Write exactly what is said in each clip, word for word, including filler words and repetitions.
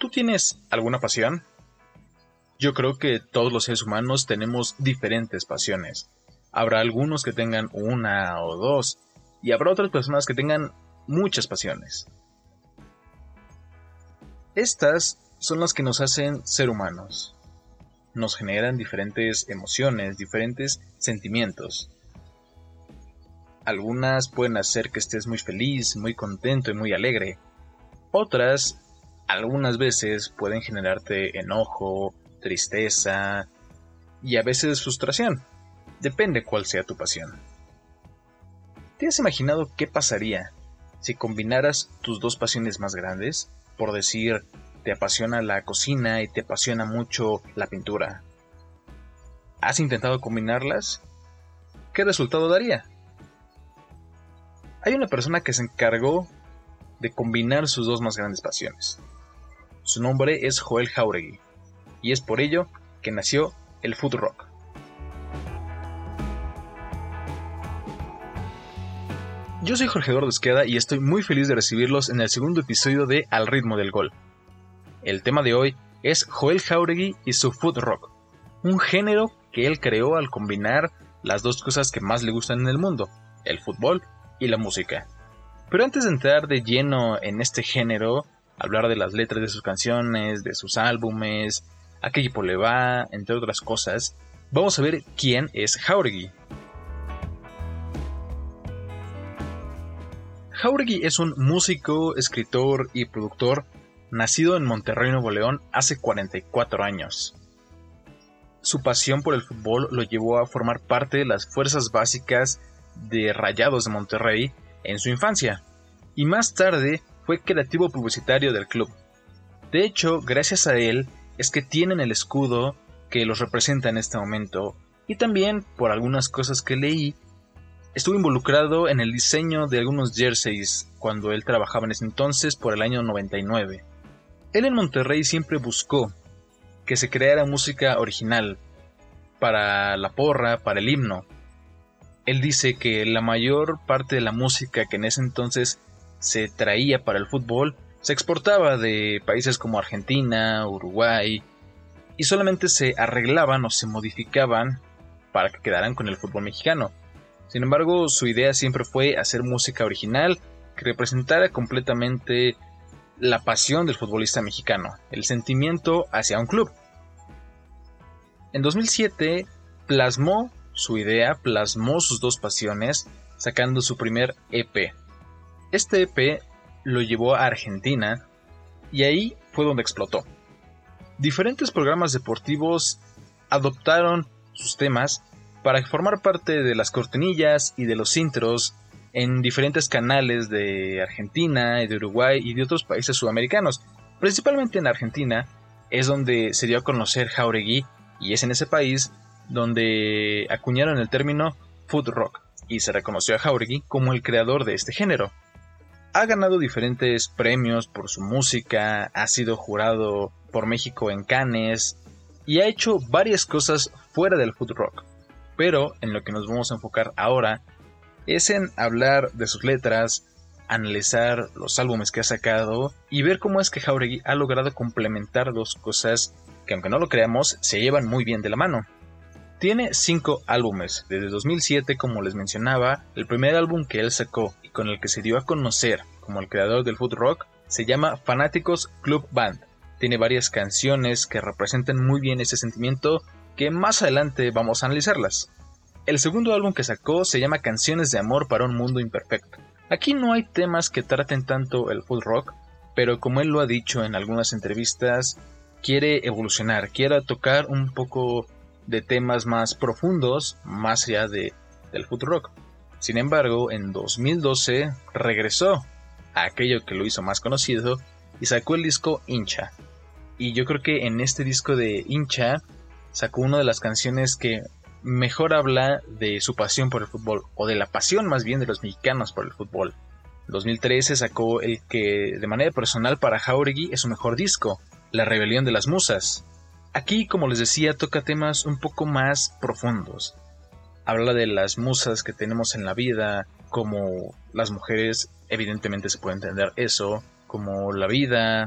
tienes alguna pasión? Yo creo que todos los seres humanos tenemos diferentes pasiones. Habrá algunos que tengan una o dos, y habrá otras personas que tengan muchas pasiones. Estas son las que nos hacen ser humanos. Nos generan diferentes emociones, diferentes sentimientos. Algunas pueden hacer que estés muy feliz, muy contento y muy alegre. Otras, algunas veces, pueden generarte enojo, tristeza y a veces frustración. Depende cuál sea tu pasión. ¿Te has imaginado qué pasaría si combinaras tus dos pasiones más grandes? Por decir, te apasiona la cocina y te apasiona mucho la pintura. ¿Has intentado combinarlas? ¿Qué resultado daría? Hay una persona que se encargó de combinar sus dos más grandes pasiones. Su nombre es Joel Jáuregui, y es por ello que nació el food rock. Yo soy Jorge Eduardo Esqueda y estoy muy feliz de recibirlos en el segundo episodio de Al ritmo del gol. El tema de hoy es Joel Jáuregui y su food rock, un género que él creó al combinar las dos cosas que más le gustan en el mundo, el fútbol y la música. Pero antes de entrar de lleno en este género, hablar de las letras de sus canciones, de sus álbumes, a qué equipo le va, entre otras cosas, vamos a ver quién es Jáuregui. Jáuregui es un músico, escritor y productor nacido en Monterrey, Nuevo León, hace cuarenta y cuatro años. Su pasión por el fútbol lo llevó a formar parte de las fuerzas básicas de Rayados de Monterrey en su infancia, y más tarde fue creativo publicitario del club. De hecho, gracias a él es que tienen el escudo que los representa en este momento, y también, por algunas cosas que leí, estuvo involucrado en el diseño de algunos jerseys cuando él trabajaba en ese entonces por el año noventa y nueve. Él en Monterrey siempre buscó que se creara música original para la porra, para el himno. Él dice que la mayor parte de la música que en ese entonces se traía para el fútbol se exportaba de países como Argentina, Uruguay, y solamente se arreglaban o se modificaban para que quedaran con el fútbol mexicano. Sin embargo, su idea siempre fue hacer música original que representara completamente la pasión del futbolista mexicano, el sentimiento hacia un club. En dos mil siete plasmó su idea, plasmó sus dos pasiones, sacando su primer E P. Este E P lo llevó a Argentina y ahí fue donde explotó. Diferentes programas deportivos adoptaron sus temas para formar parte de las cortinillas y de los intros en diferentes canales de Argentina, de Uruguay y de otros países sudamericanos. Principalmente en Argentina es donde se dio a conocer Jáuregui, y es en ese país donde acuñaron el término food rock y se reconoció a Jáuregui como el creador de este género. Ha ganado diferentes premios por su música, ha sido jurado por México en Cannes y ha hecho varias cosas fuera del food rock. Pero en lo que nos vamos a enfocar ahora es en hablar de sus letras, analizar los álbumes que ha sacado y ver cómo es que Jáuregui ha logrado complementar dos cosas que, aunque no lo creamos, se llevan muy bien de la mano. Tiene cinco álbumes, desde dos mil siete, como les mencionaba. El primer álbum que él sacó y con el que se dio a conocer como el creador del food rock se llama Fanáticos Club Band. Tiene varias canciones que representan muy bien ese sentimiento, que más adelante vamos a analizarlas. El segundo álbum que sacó se llama Canciones de Amor para un Mundo Imperfecto. Aquí no hay temas que traten tanto el food rock, pero como él lo ha dicho en algunas entrevistas, quiere evolucionar, quiere tocar un poco de temas más profundos, más allá de, del food rock. Sin embargo, en dos mil doce regresó a aquello que lo hizo más conocido y sacó el disco Hincha. Y yo creo que en este disco de Hincha sacó una de las canciones que mejor habla de su pasión por el fútbol, o de la pasión más bien de los mexicanos por el fútbol. En dos mil trece sacó el que de manera personal para Jáuregui es su mejor disco, La Rebelión de las Musas. Aquí, como les decía, toca temas un poco más profundos. Habla de las musas que tenemos en la vida, como las mujeres, evidentemente se puede entender eso, como la vida,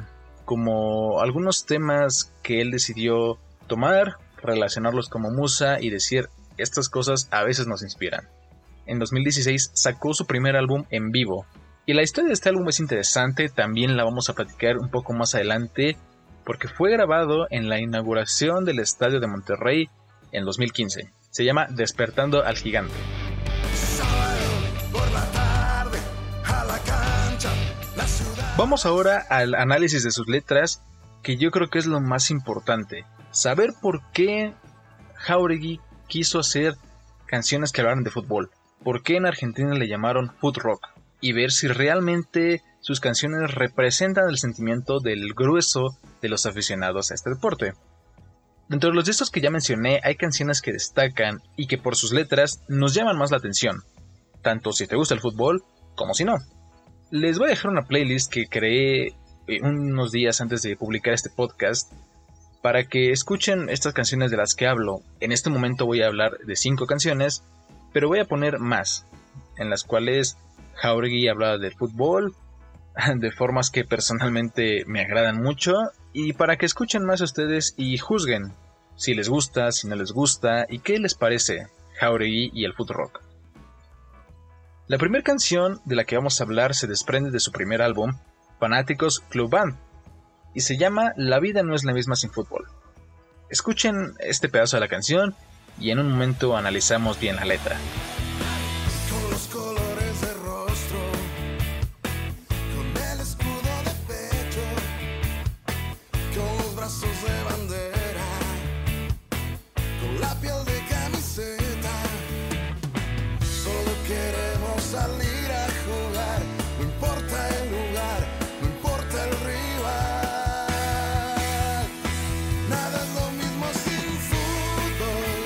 como algunos temas que él decidió tomar, relacionarlos como musa y decir, estas cosas a veces nos inspiran. En dos mil dieciséis sacó su primer álbum en vivo, y la historia de este álbum es interesante, también la vamos a platicar un poco más adelante, porque fue grabado en la inauguración del Estadio de Monterrey en dos mil quince. Se llama Despertando al Gigante. Vamos ahora al análisis de sus letras, que yo creo que es lo más importante. Saber por qué Jáuregui quiso hacer canciones que hablaran de fútbol. Por qué en Argentina le llamaron foot rock. Y ver si realmente sus canciones representan el sentimiento del grueso de los aficionados a este deporte. Dentro de los discos que ya mencioné hay canciones que destacan y que por sus letras nos llaman más la atención, tanto si te gusta el fútbol como si no. Les voy a dejar una playlist que creé unos días antes de publicar este podcast para que escuchen estas canciones de las que hablo. En este momento voy a hablar de cinco canciones, pero voy a poner más, en las cuales Jáuregui habla del fútbol, de formas que personalmente me agradan mucho, y para que escuchen más ustedes y juzguen si les gusta, si no les gusta, y qué les parece Jáuregui y el foot rock. La primera canción de la que vamos a hablar se desprende de su primer álbum, Fanáticos Club Band, y se llama La vida no es la misma sin fútbol. Escuchen este pedazo de la canción y en un momento analizamos bien la letra. Con los colores de rostro, con el escudo de pecho, con los brazos de bandera, con la piel de camiseta, solo queremos salir a jugar, no importa el lugar, no importa el rival, nada es lo mismo sin fútbol,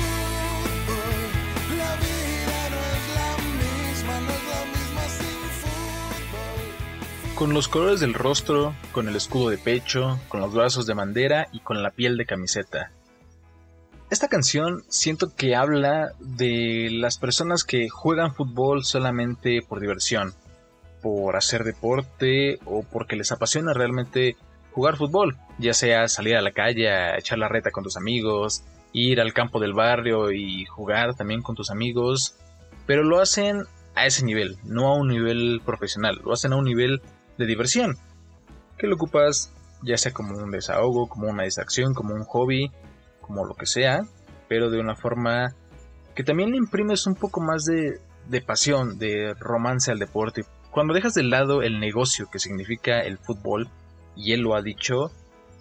fútbol, la vida no es la misma, no es la misma sin fútbol. Con los colores del rostro, con el escudo de pecho, con los brazos de bandera y con la piel de camiseta. Esta canción siento que habla de las personas que juegan fútbol solamente por diversión, por hacer deporte o porque les apasiona realmente jugar fútbol, ya sea salir a la calle a echar la reta con tus amigos, ir al campo del barrio y jugar también con tus amigos, pero lo hacen a ese nivel, no a un nivel profesional, lo hacen a un nivel de diversión, que lo ocupas ya sea como un desahogo, como una distracción, como un hobby, como lo que sea, pero de una forma que también le imprimes un poco más de, de pasión, de romance al deporte. Cuando dejas de lado el negocio que significa el fútbol, y él lo ha dicho,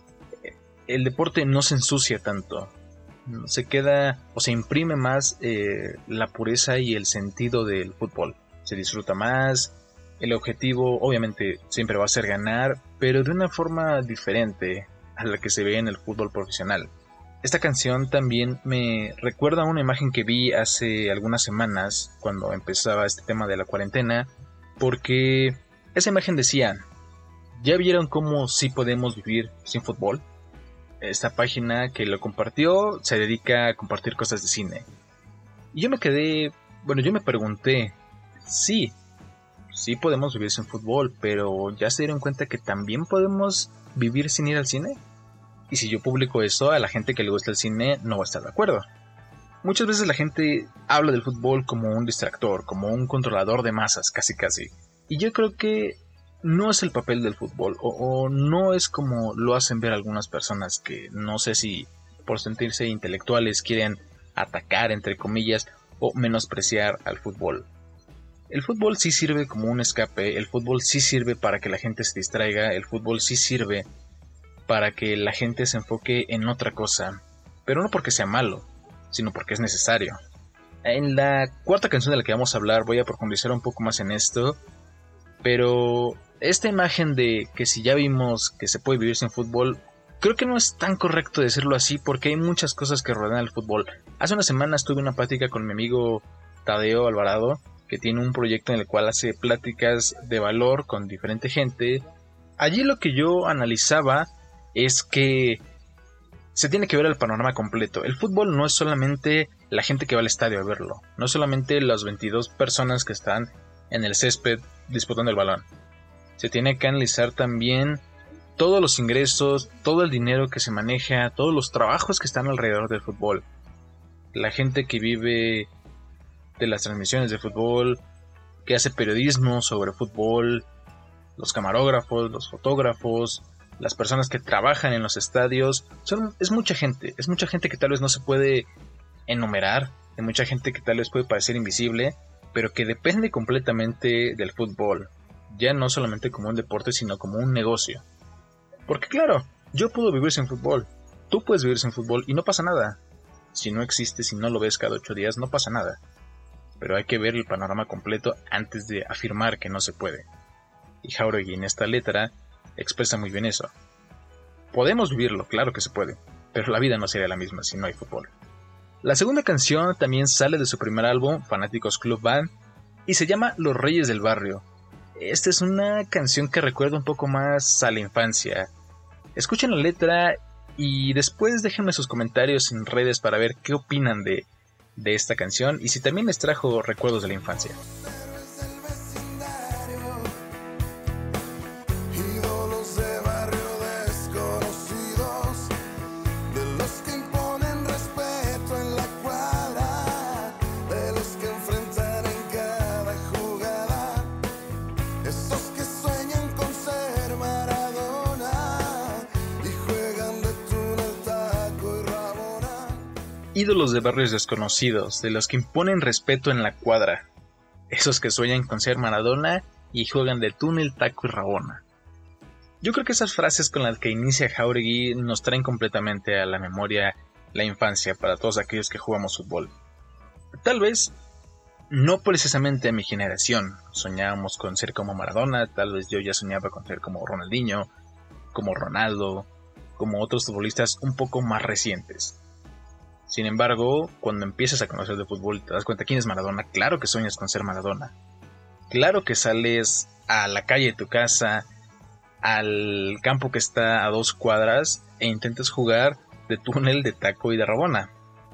el deporte no se ensucia tanto, se queda o se imprime más eh, la pureza y el sentido del fútbol, se disfruta más, el objetivo obviamente siempre va a ser ganar, pero de una forma diferente a la que se ve en el fútbol profesional. Esta canción también me recuerda a una imagen que vi hace algunas semanas cuando empezaba este tema de la cuarentena, porque esa imagen decía, ¿ya vieron cómo sí podemos vivir sin fútbol? Esta página que lo compartió se dedica a compartir cosas de cine. Y yo me quedé, bueno, yo me pregunté, sí, sí podemos vivir sin fútbol, pero ¿ya se dieron cuenta que también podemos vivir sin ir al cine? Y si yo publico eso, a la gente que le gusta el cine no va a estar de acuerdo. Muchas veces la gente habla del fútbol como un distractor, como un controlador de masas, casi casi. Y yo creo que no es el papel del fútbol, o, o no es como lo hacen ver algunas personas que no sé si por sentirse intelectuales quieren atacar, entre comillas, o menospreciar al fútbol. El fútbol sí sirve como un escape, el fútbol sí sirve para que la gente se distraiga, el fútbol sí sirve para que la gente se enfoque en otra cosa, pero no porque sea malo, sino porque es necesario. En la cuarta canción de la que vamos a hablar voy a profundizar un poco más en esto, pero esta imagen de que si ya vimos que se puede vivir sin fútbol, creo que no es tan correcto decirlo así porque hay muchas cosas que rodean el fútbol. Hace unas semanas tuve una plática con mi amigo Tadeo Alvarado, que tiene un proyecto en el cual hace pláticas de valor con diferente gente. Allí lo que yo analizaba es que se tiene que ver el panorama completo. El fútbol no es solamente la gente que va al estadio a verlo, no es solamente las veintidós personas que están en el césped disputando el balón. Se tiene que analizar también todos los ingresos, todo el dinero que se maneja, todos los trabajos que están alrededor del fútbol. La gente que vive de las transmisiones de fútbol, que hace periodismo sobre fútbol, los camarógrafos, los fotógrafos, las personas que trabajan en los estadios, son, es mucha gente, es mucha gente que tal vez no se puede enumerar, es mucha gente que tal vez puede parecer invisible, pero que depende completamente del fútbol, ya no solamente como un deporte, sino como un negocio. Porque claro, yo puedo vivir sin fútbol, tú puedes vivir sin fútbol y no pasa nada. Si no existe, si no lo ves cada ocho días, no pasa nada. Pero hay que ver el panorama completo antes de afirmar que no se puede. Y Jáuregui en esta letra expresa muy bien eso. Podemos vivirlo, claro que se puede, pero la vida no sería la misma si no hay fútbol. La segunda canción también sale de su primer álbum, Fanáticos Club Band, y se llama Los Reyes del Barrio. Esta es una canción que recuerda un poco más a la infancia. Escuchen la letra y después déjenme sus comentarios en redes para ver qué opinan de, de esta canción y si también les trajo recuerdos de la infancia. Ídolos de barrios desconocidos, de los que imponen respeto en la cuadra, esos que sueñan con ser Maradona y juegan de túnel, taco y rabona. Yo creo que esas frases con las que inicia Jáuregui nos traen completamente a la memoria la infancia para todos aquellos que jugamos fútbol. Tal vez no precisamente a mi generación, soñábamos con ser como Maradona, tal vez yo ya soñaba con ser como Ronaldinho, como Ronaldo, como otros futbolistas un poco más recientes. Sin embargo, cuando empiezas a conocer de fútbol y te das cuenta quién es Maradona, claro que sueñas con ser Maradona. Claro que sales a la calle de tu casa, al campo que está a dos cuadras e intentas jugar de túnel, de taco y de rabona.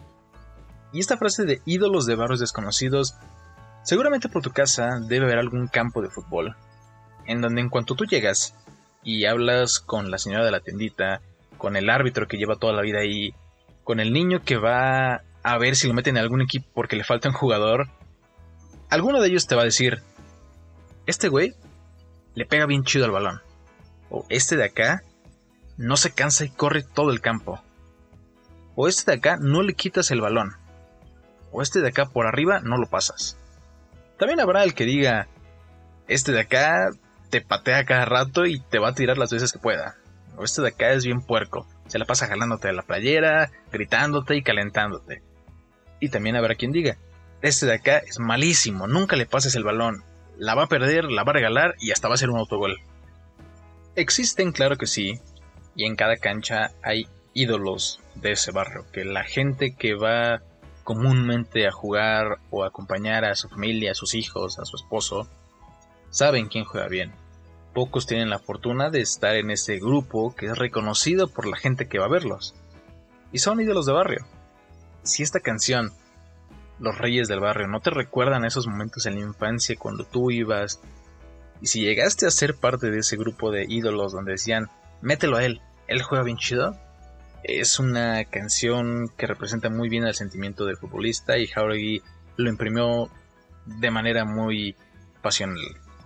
Y esta frase de ídolos de barrios desconocidos, seguramente por tu casa debe haber algún campo de fútbol, en donde en cuanto tú llegas y hablas con la señora de la tiendita, con el árbitro que lleva toda la vida ahí, con el niño que va a ver si lo meten en algún equipo porque le falta un jugador, alguno de ellos te va a decir, este güey le pega bien chido al balón, o este de acá no se cansa y corre todo el campo, o este de acá no le quitas el balón, o este de acá por arriba no lo pasas. También habrá el que diga, este de acá te patea cada rato y te va a tirar las veces que pueda, o este de acá es bien puerco, se la pasa jalándote de la playera, gritándote y calentándote. Y también habrá quien diga, este de acá es malísimo, nunca le pases el balón, la va a perder, la va a regalar y hasta va a ser un autogol. Existen, claro que sí, y en cada cancha hay ídolos de ese barrio, que la gente que va comúnmente a jugar o a acompañar a su familia, a sus hijos, a su esposo, saben quién juega bien. Pocos tienen la fortuna de estar en ese grupo que es reconocido por la gente que va a verlos. Y son ídolos de barrio. Si esta canción, Los Reyes del Barrio, no te recuerdan esos momentos en la infancia cuando tú ibas, y si llegaste a ser parte de ese grupo de ídolos donde decían, mételo a él, él juega bien chido, es una canción que representa muy bien el sentimiento del futbolista y Jáuregui lo imprimió de manera muy pasional.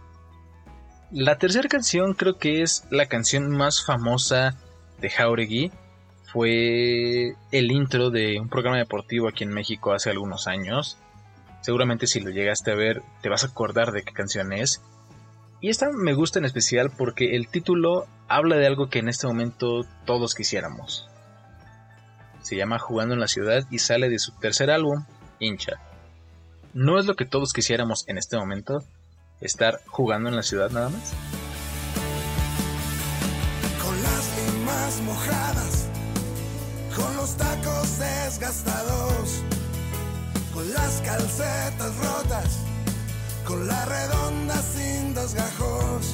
La tercera canción creo que es la canción más famosa de Jáuregui. Fue el intro de un programa deportivo aquí en México hace algunos años. Seguramente si lo llegaste a ver te vas a acordar de qué canción es. Y esta me gusta en especial porque el título habla de algo que en este momento todos quisiéramos. Se llama Jugando en la Ciudad y sale de su tercer álbum, Hincha. ¿No es lo que todos quisiéramos en este momento? ¿Estar jugando en la ciudad nada más? Con las limas mojadas, con los tacos desgastados, con las calcetas rotas, con la redonda sin desgajos,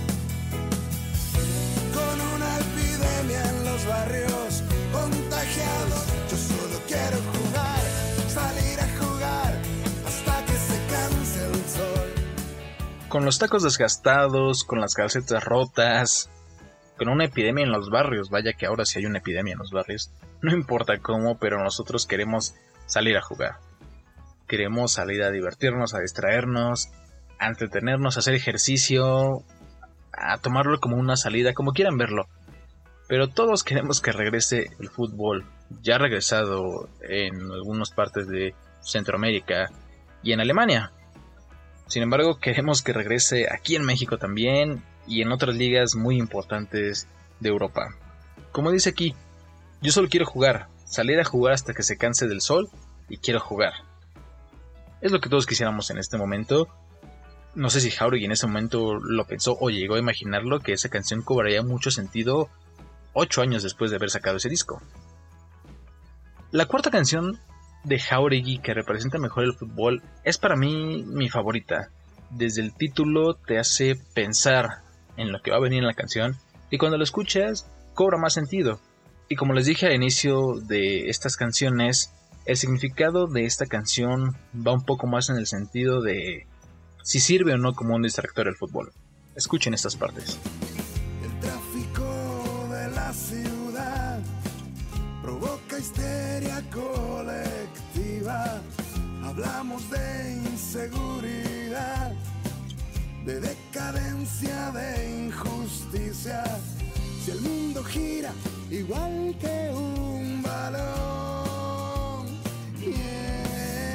con una epidemia en los barrios contagiados. Yo solo quiero jugar, salir a jugar hasta que se canse el sol. Con los tacos desgastados, con las calcetas rotas, con una epidemia en los barrios. Vaya que ahora sí hay una epidemia en los barrios. No importa cómo, pero nosotros queremos salir a jugar. Queremos salir a divertirnos, a distraernos, a entretenernos, a hacer ejercicio, a tomarlo como una salida, como quieran verlo. Pero todos queremos que regrese el fútbol. Ya ha regresado en algunas partes de Centroamérica y en Alemania. Sin embargo, queremos que regrese aquí en México también y en otras ligas muy importantes de Europa. Como dice aquí, yo solo quiero jugar, salir a jugar hasta que se canse del sol y quiero jugar. Es lo que todos quisiéramos en este momento. No sé si Jauregui en ese momento lo pensó o llegó a imaginarlo, que esa canción cobraría mucho sentido ocho años después de haber sacado ese disco. La cuarta canción de Jauregui que representa mejor el fútbol es para mí mi favorita. Desde el título te hace pensar en lo que va a venir en la canción y cuando lo escuchas cobra más sentido. Y como les dije al inicio de estas canciones, el significado de esta canción va un poco más en el sentido de si sirve o no como un distractor el fútbol. Escuchen estas partes. El tráfico de la ciudad provoca histeria colectiva. Hablamos de inseguridad, de decadencia, de injusticia. Si el mundo gira igual que un balón, yeah.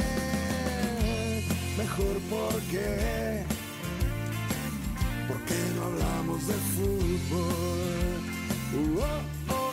Mejor porque, porque no hablamos de fútbol. Uh, oh, oh,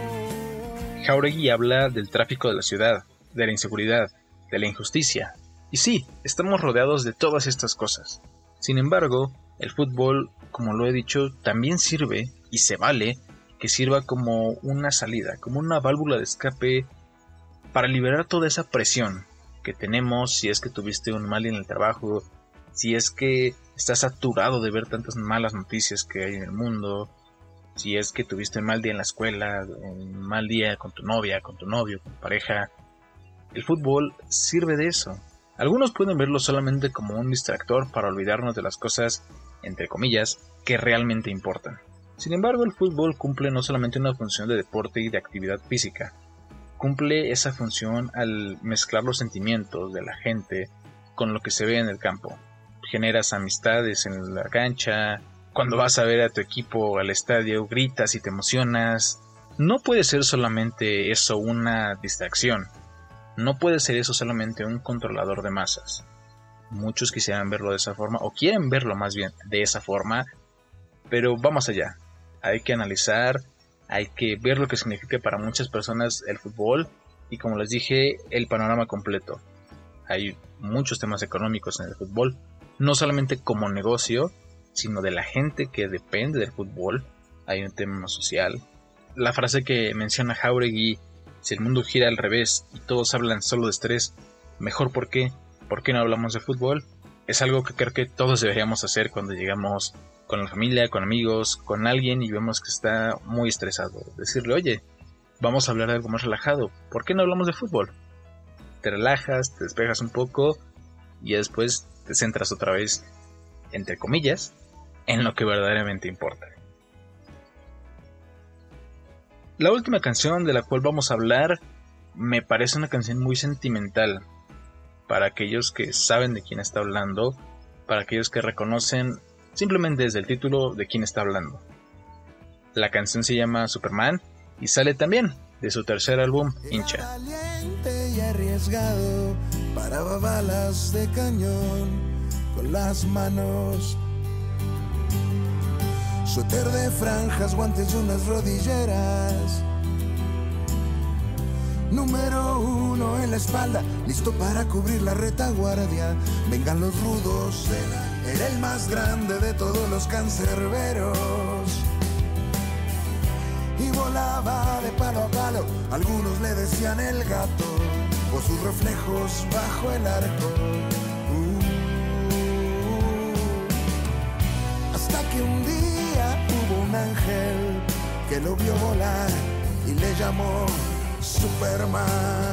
oh. Jauregui habla del tráfico de la ciudad, de la inseguridad, de la injusticia. Y sí, estamos rodeados de todas estas cosas. Sin embargo, el fútbol, como lo he dicho, también sirve, y se vale, que sirva como una salida, como una válvula de escape para liberar toda esa presión que tenemos si es que tuviste un mal día en el trabajo, si es que estás saturado de ver tantas malas noticias que hay en el mundo, si es que tuviste un mal día en la escuela, un mal día con tu novia, con tu novio, con tu pareja. El fútbol sirve de eso. Algunos pueden verlo solamente como un distractor para olvidarnos de las cosas, entre comillas, que realmente importan. Sin embargo, el fútbol cumple no solamente una función de deporte y de actividad física, cumple esa función al mezclar los sentimientos de la gente con lo que se ve en el campo. Generas amistades en la cancha, cuando vas a ver a tu equipo al estadio gritas y te emocionas. No puede ser solamente eso una distracción, no puede ser eso solamente un controlador de masas. Muchos quisieran verlo de esa forma, o quieren verlo más bien de esa forma, pero vamos allá. Hay que analizar, hay que ver lo que significa para muchas personas el fútbol y, como les dije, el panorama completo. Hay muchos temas económicos en el fútbol, no solamente como negocio, sino de la gente que depende del fútbol. Hay un tema social. La frase que menciona Jauregui, si el mundo gira al revés y todos hablan solo de estrés, mejor por qué, ¿por qué no hablamos de fútbol? Es algo que creo que todos deberíamos hacer cuando llegamos con la familia, con amigos, con alguien y vemos que está muy estresado. Decirle, oye, vamos a hablar de algo más relajado, ¿por qué no hablamos de fútbol? Te relajas, te despejas un poco y después te centras otra vez, entre comillas, en lo que verdaderamente importa. La última canción de la cual vamos a hablar me parece una canción muy sentimental para aquellos que saben de quién está hablando, para aquellos que reconocen simplemente desde el título de quién está hablando. La canción se llama Superman y sale también de su tercer álbum, Hincha. Valiente y arriesgado, paraba balas de cañón con las manos. Suéter de franjas, guantes y unas rodilleras. Número uno en la espalda, listo para cubrir la retaguardia. Vengan los rudos, era el más grande de todos los cancerberos. Y volaba de palo a palo, algunos le decían el gato, por sus reflejos bajo el arco. Uh, hasta que un día hubo un ángel que lo vio volar y le llamó Superman.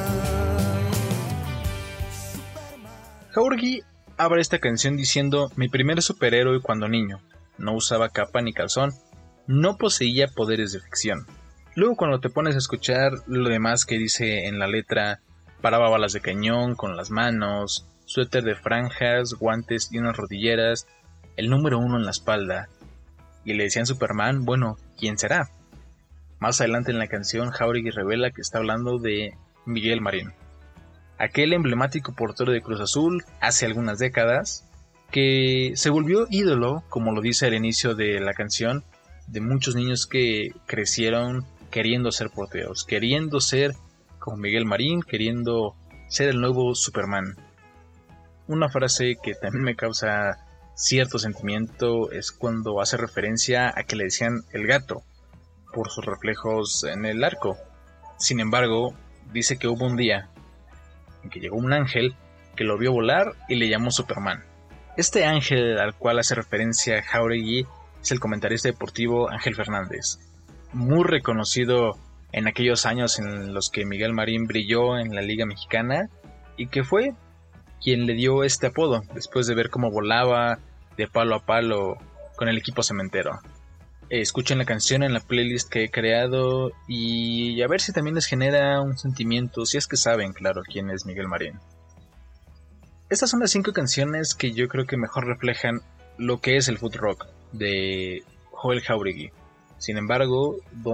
Superman. Jauregui abre esta canción diciendo: mi primer superhéroe cuando niño, no usaba capa ni calzón, no poseía poderes de ficción. Luego cuando te pones a escuchar lo demás que dice en la letra, paraba balas de cañón con las manos, suéter de franjas, guantes y unas rodilleras, el número uno en la espalda, y le decían Superman, bueno, ¿quién será? Más adelante en la canción, Jáuregui revela que está hablando de Miguel Marín, aquel emblemático portero de Cruz Azul hace algunas décadas, que se volvió ídolo, como lo dice al inicio de la canción, de muchos niños que crecieron queriendo ser porteros, queriendo ser como Miguel Marín, queriendo ser el nuevo Superman. Una frase que también me causa cierto sentimiento es cuando hace referencia a que le decían el gato por sus reflejos en el arco. Sin embargo, dice que hubo un día en que llegó un ángel que lo vio volar y le llamó Superman. Este ángel al cual hace referencia Jáuregui es el comentarista deportivo Ángel Fernández, muy reconocido en aquellos años en los que Miguel Marín brilló en la Liga Mexicana y que fue quien le dio este apodo después de ver cómo volaba de palo a palo con el equipo cementero. Escuchen la canción en la playlist que he creado y a ver si también les genera un sentimiento, si es que saben, claro, quién es Miguel Marín. Estas son las cinco canciones que yo creo que mejor reflejan lo que es el foot rock de Joel Jáuregui. Sin embargo,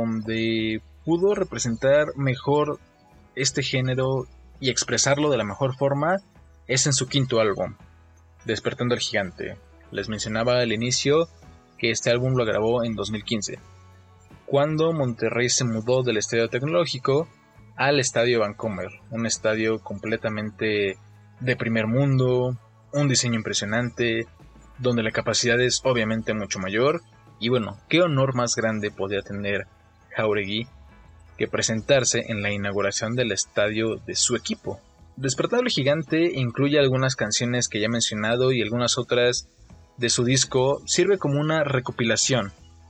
donde pudo representar mejor este género y expresarlo de la mejor forma es en su quinto álbum, Despertando al Gigante. Les mencionaba al inicio que este álbum lo grabó en dos mil quince, cuando Monterrey se mudó del Estadio Tecnológico al Estadio Vancomer, un estadio completamente de primer mundo, un diseño impresionante, donde la capacidad es obviamente mucho mayor, y bueno, qué honor más grande podía tener Jáuregui que presentarse en la inauguración del estadio de su equipo. Despertando al Gigante incluye algunas canciones que ya he mencionado y algunas otras de su disco. Sirve como una recopilación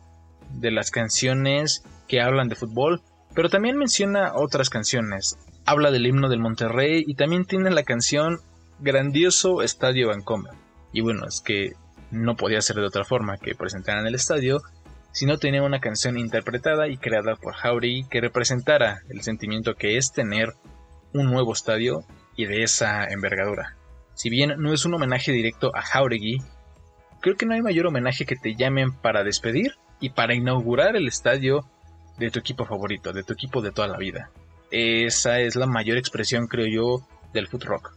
de las canciones que hablan de fútbol, pero también menciona otras canciones. Habla del himno del Monterrey y también tiene la canción Grandioso Estadio Vancomer. Y bueno, es que no podía ser de otra forma que presentaran el estadio si no tenía una canción interpretada y creada por Jáuregui que representara el sentimiento que es tener un nuevo estadio y de esa envergadura. Si bien no es un homenaje directo a Jáuregui, creo que no hay mayor homenaje que te llamen para despedir y para inaugurar el estadio de tu equipo favorito, de tu equipo de toda la vida. Esa es la mayor expresión, creo yo, del foot rock.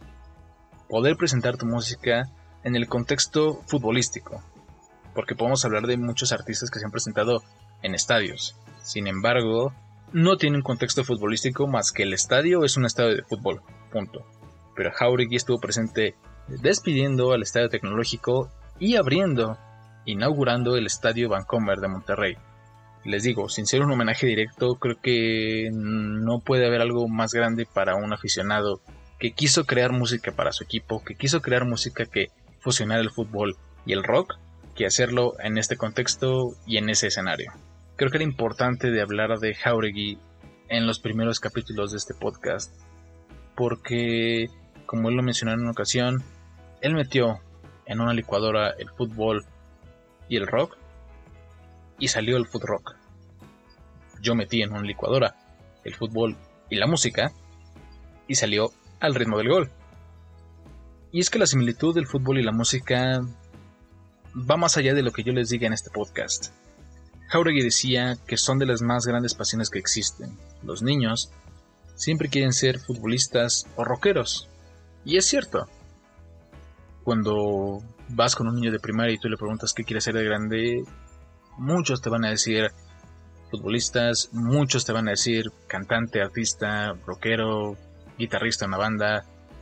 Poder presentar tu música en el contexto futbolístico, porque podemos hablar de muchos artistas que se han presentado en estadios. Sin embargo, no tiene un contexto futbolístico más que el estadio es un estadio de fútbol, punto. Pero Jáuregui estuvo presente despidiendo al Estadio Tecnológico y abriendo, inaugurando el Estadio Vancomer de Monterrey. Les digo, sin ser un homenaje directo, creo que no puede haber algo más grande para un aficionado que quiso crear música para su equipo, que quiso crear música que fusionara el fútbol y el rock, que hacerlo en este contexto y en ese escenario. Creo que era importante de hablar de Jáuregui en los primeros capítulos de este podcast, porque, como él lo mencionó en una ocasión, él metió en una licuadora el fútbol y el rock, y salió el foot rock. Yo metí en una licuadora el fútbol y la música, y salió al ritmo del gol. Y es que la similitud del fútbol y la música va más allá de lo que yo les diga en este podcast. Jáuregui decía que son de las más grandes pasiones que existen. Los niños siempre quieren ser futbolistas o rockeros. Y es cierto. Cuando vas con un niño de primaria y tú le preguntas qué quiere ser de grande, muchos te van a decir futbolistas, muchos te van a decir cantante, artista, rockero, guitarrista en una banda.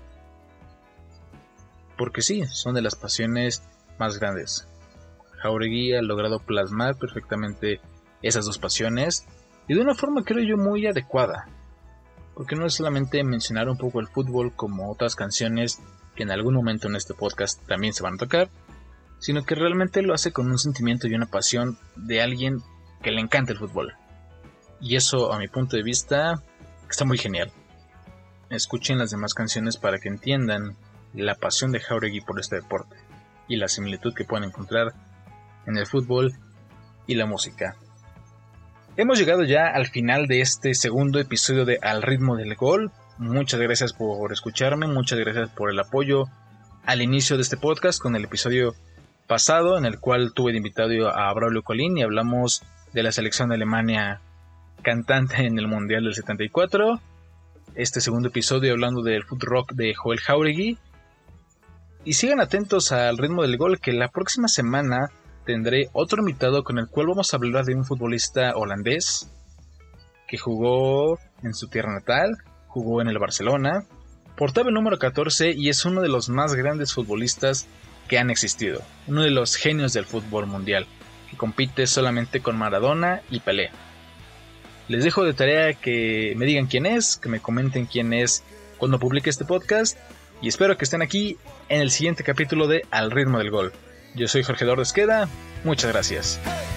Porque sí, son de las pasiones más grandes. Jáuregui ha logrado plasmar perfectamente esas dos pasiones y de una forma, creo yo, muy adecuada, porque no es solamente mencionar un poco el fútbol como otras canciones que en algún momento en este podcast también se van a tocar, sino que realmente lo hace con un sentimiento y una pasión de alguien que le encanta el fútbol. Y eso, a mi punto de vista, está muy genial. Escuchen las demás canciones para que entiendan la pasión de Jáuregui por este deporte y la similitud que pueden encontrar en el fútbol y la música. Hemos llegado ya al final de este segundo episodio de Al Ritmo del Gol. Muchas gracias por escucharme, muchas gracias por el apoyo al inicio de este podcast con el episodio pasado en el cual tuve de invitado a Braulio Colín y hablamos de la selección de Alemania cantante en el Mundial del setenta y cuatro. Este segundo episodio hablando del foot rock de Joel Jauregui. Y sigan atentos al Ritmo del Gol, que la próxima semana tendré otro invitado con el cual vamos a hablar de un futbolista holandés que jugó en su tierra natal, jugó en el Barcelona, portaba el número catorce y es uno de los más grandes futbolistas que han existido, uno de los genios del fútbol mundial, que compite solamente con Maradona y Pelé. Les dejo de tarea que me digan quién es, que me comenten quién es cuando publique este podcast y espero que estén aquí en el siguiente capítulo de Al Ritmo del Gol. Yo soy Jorge Eduardo Esqueda, muchas gracias.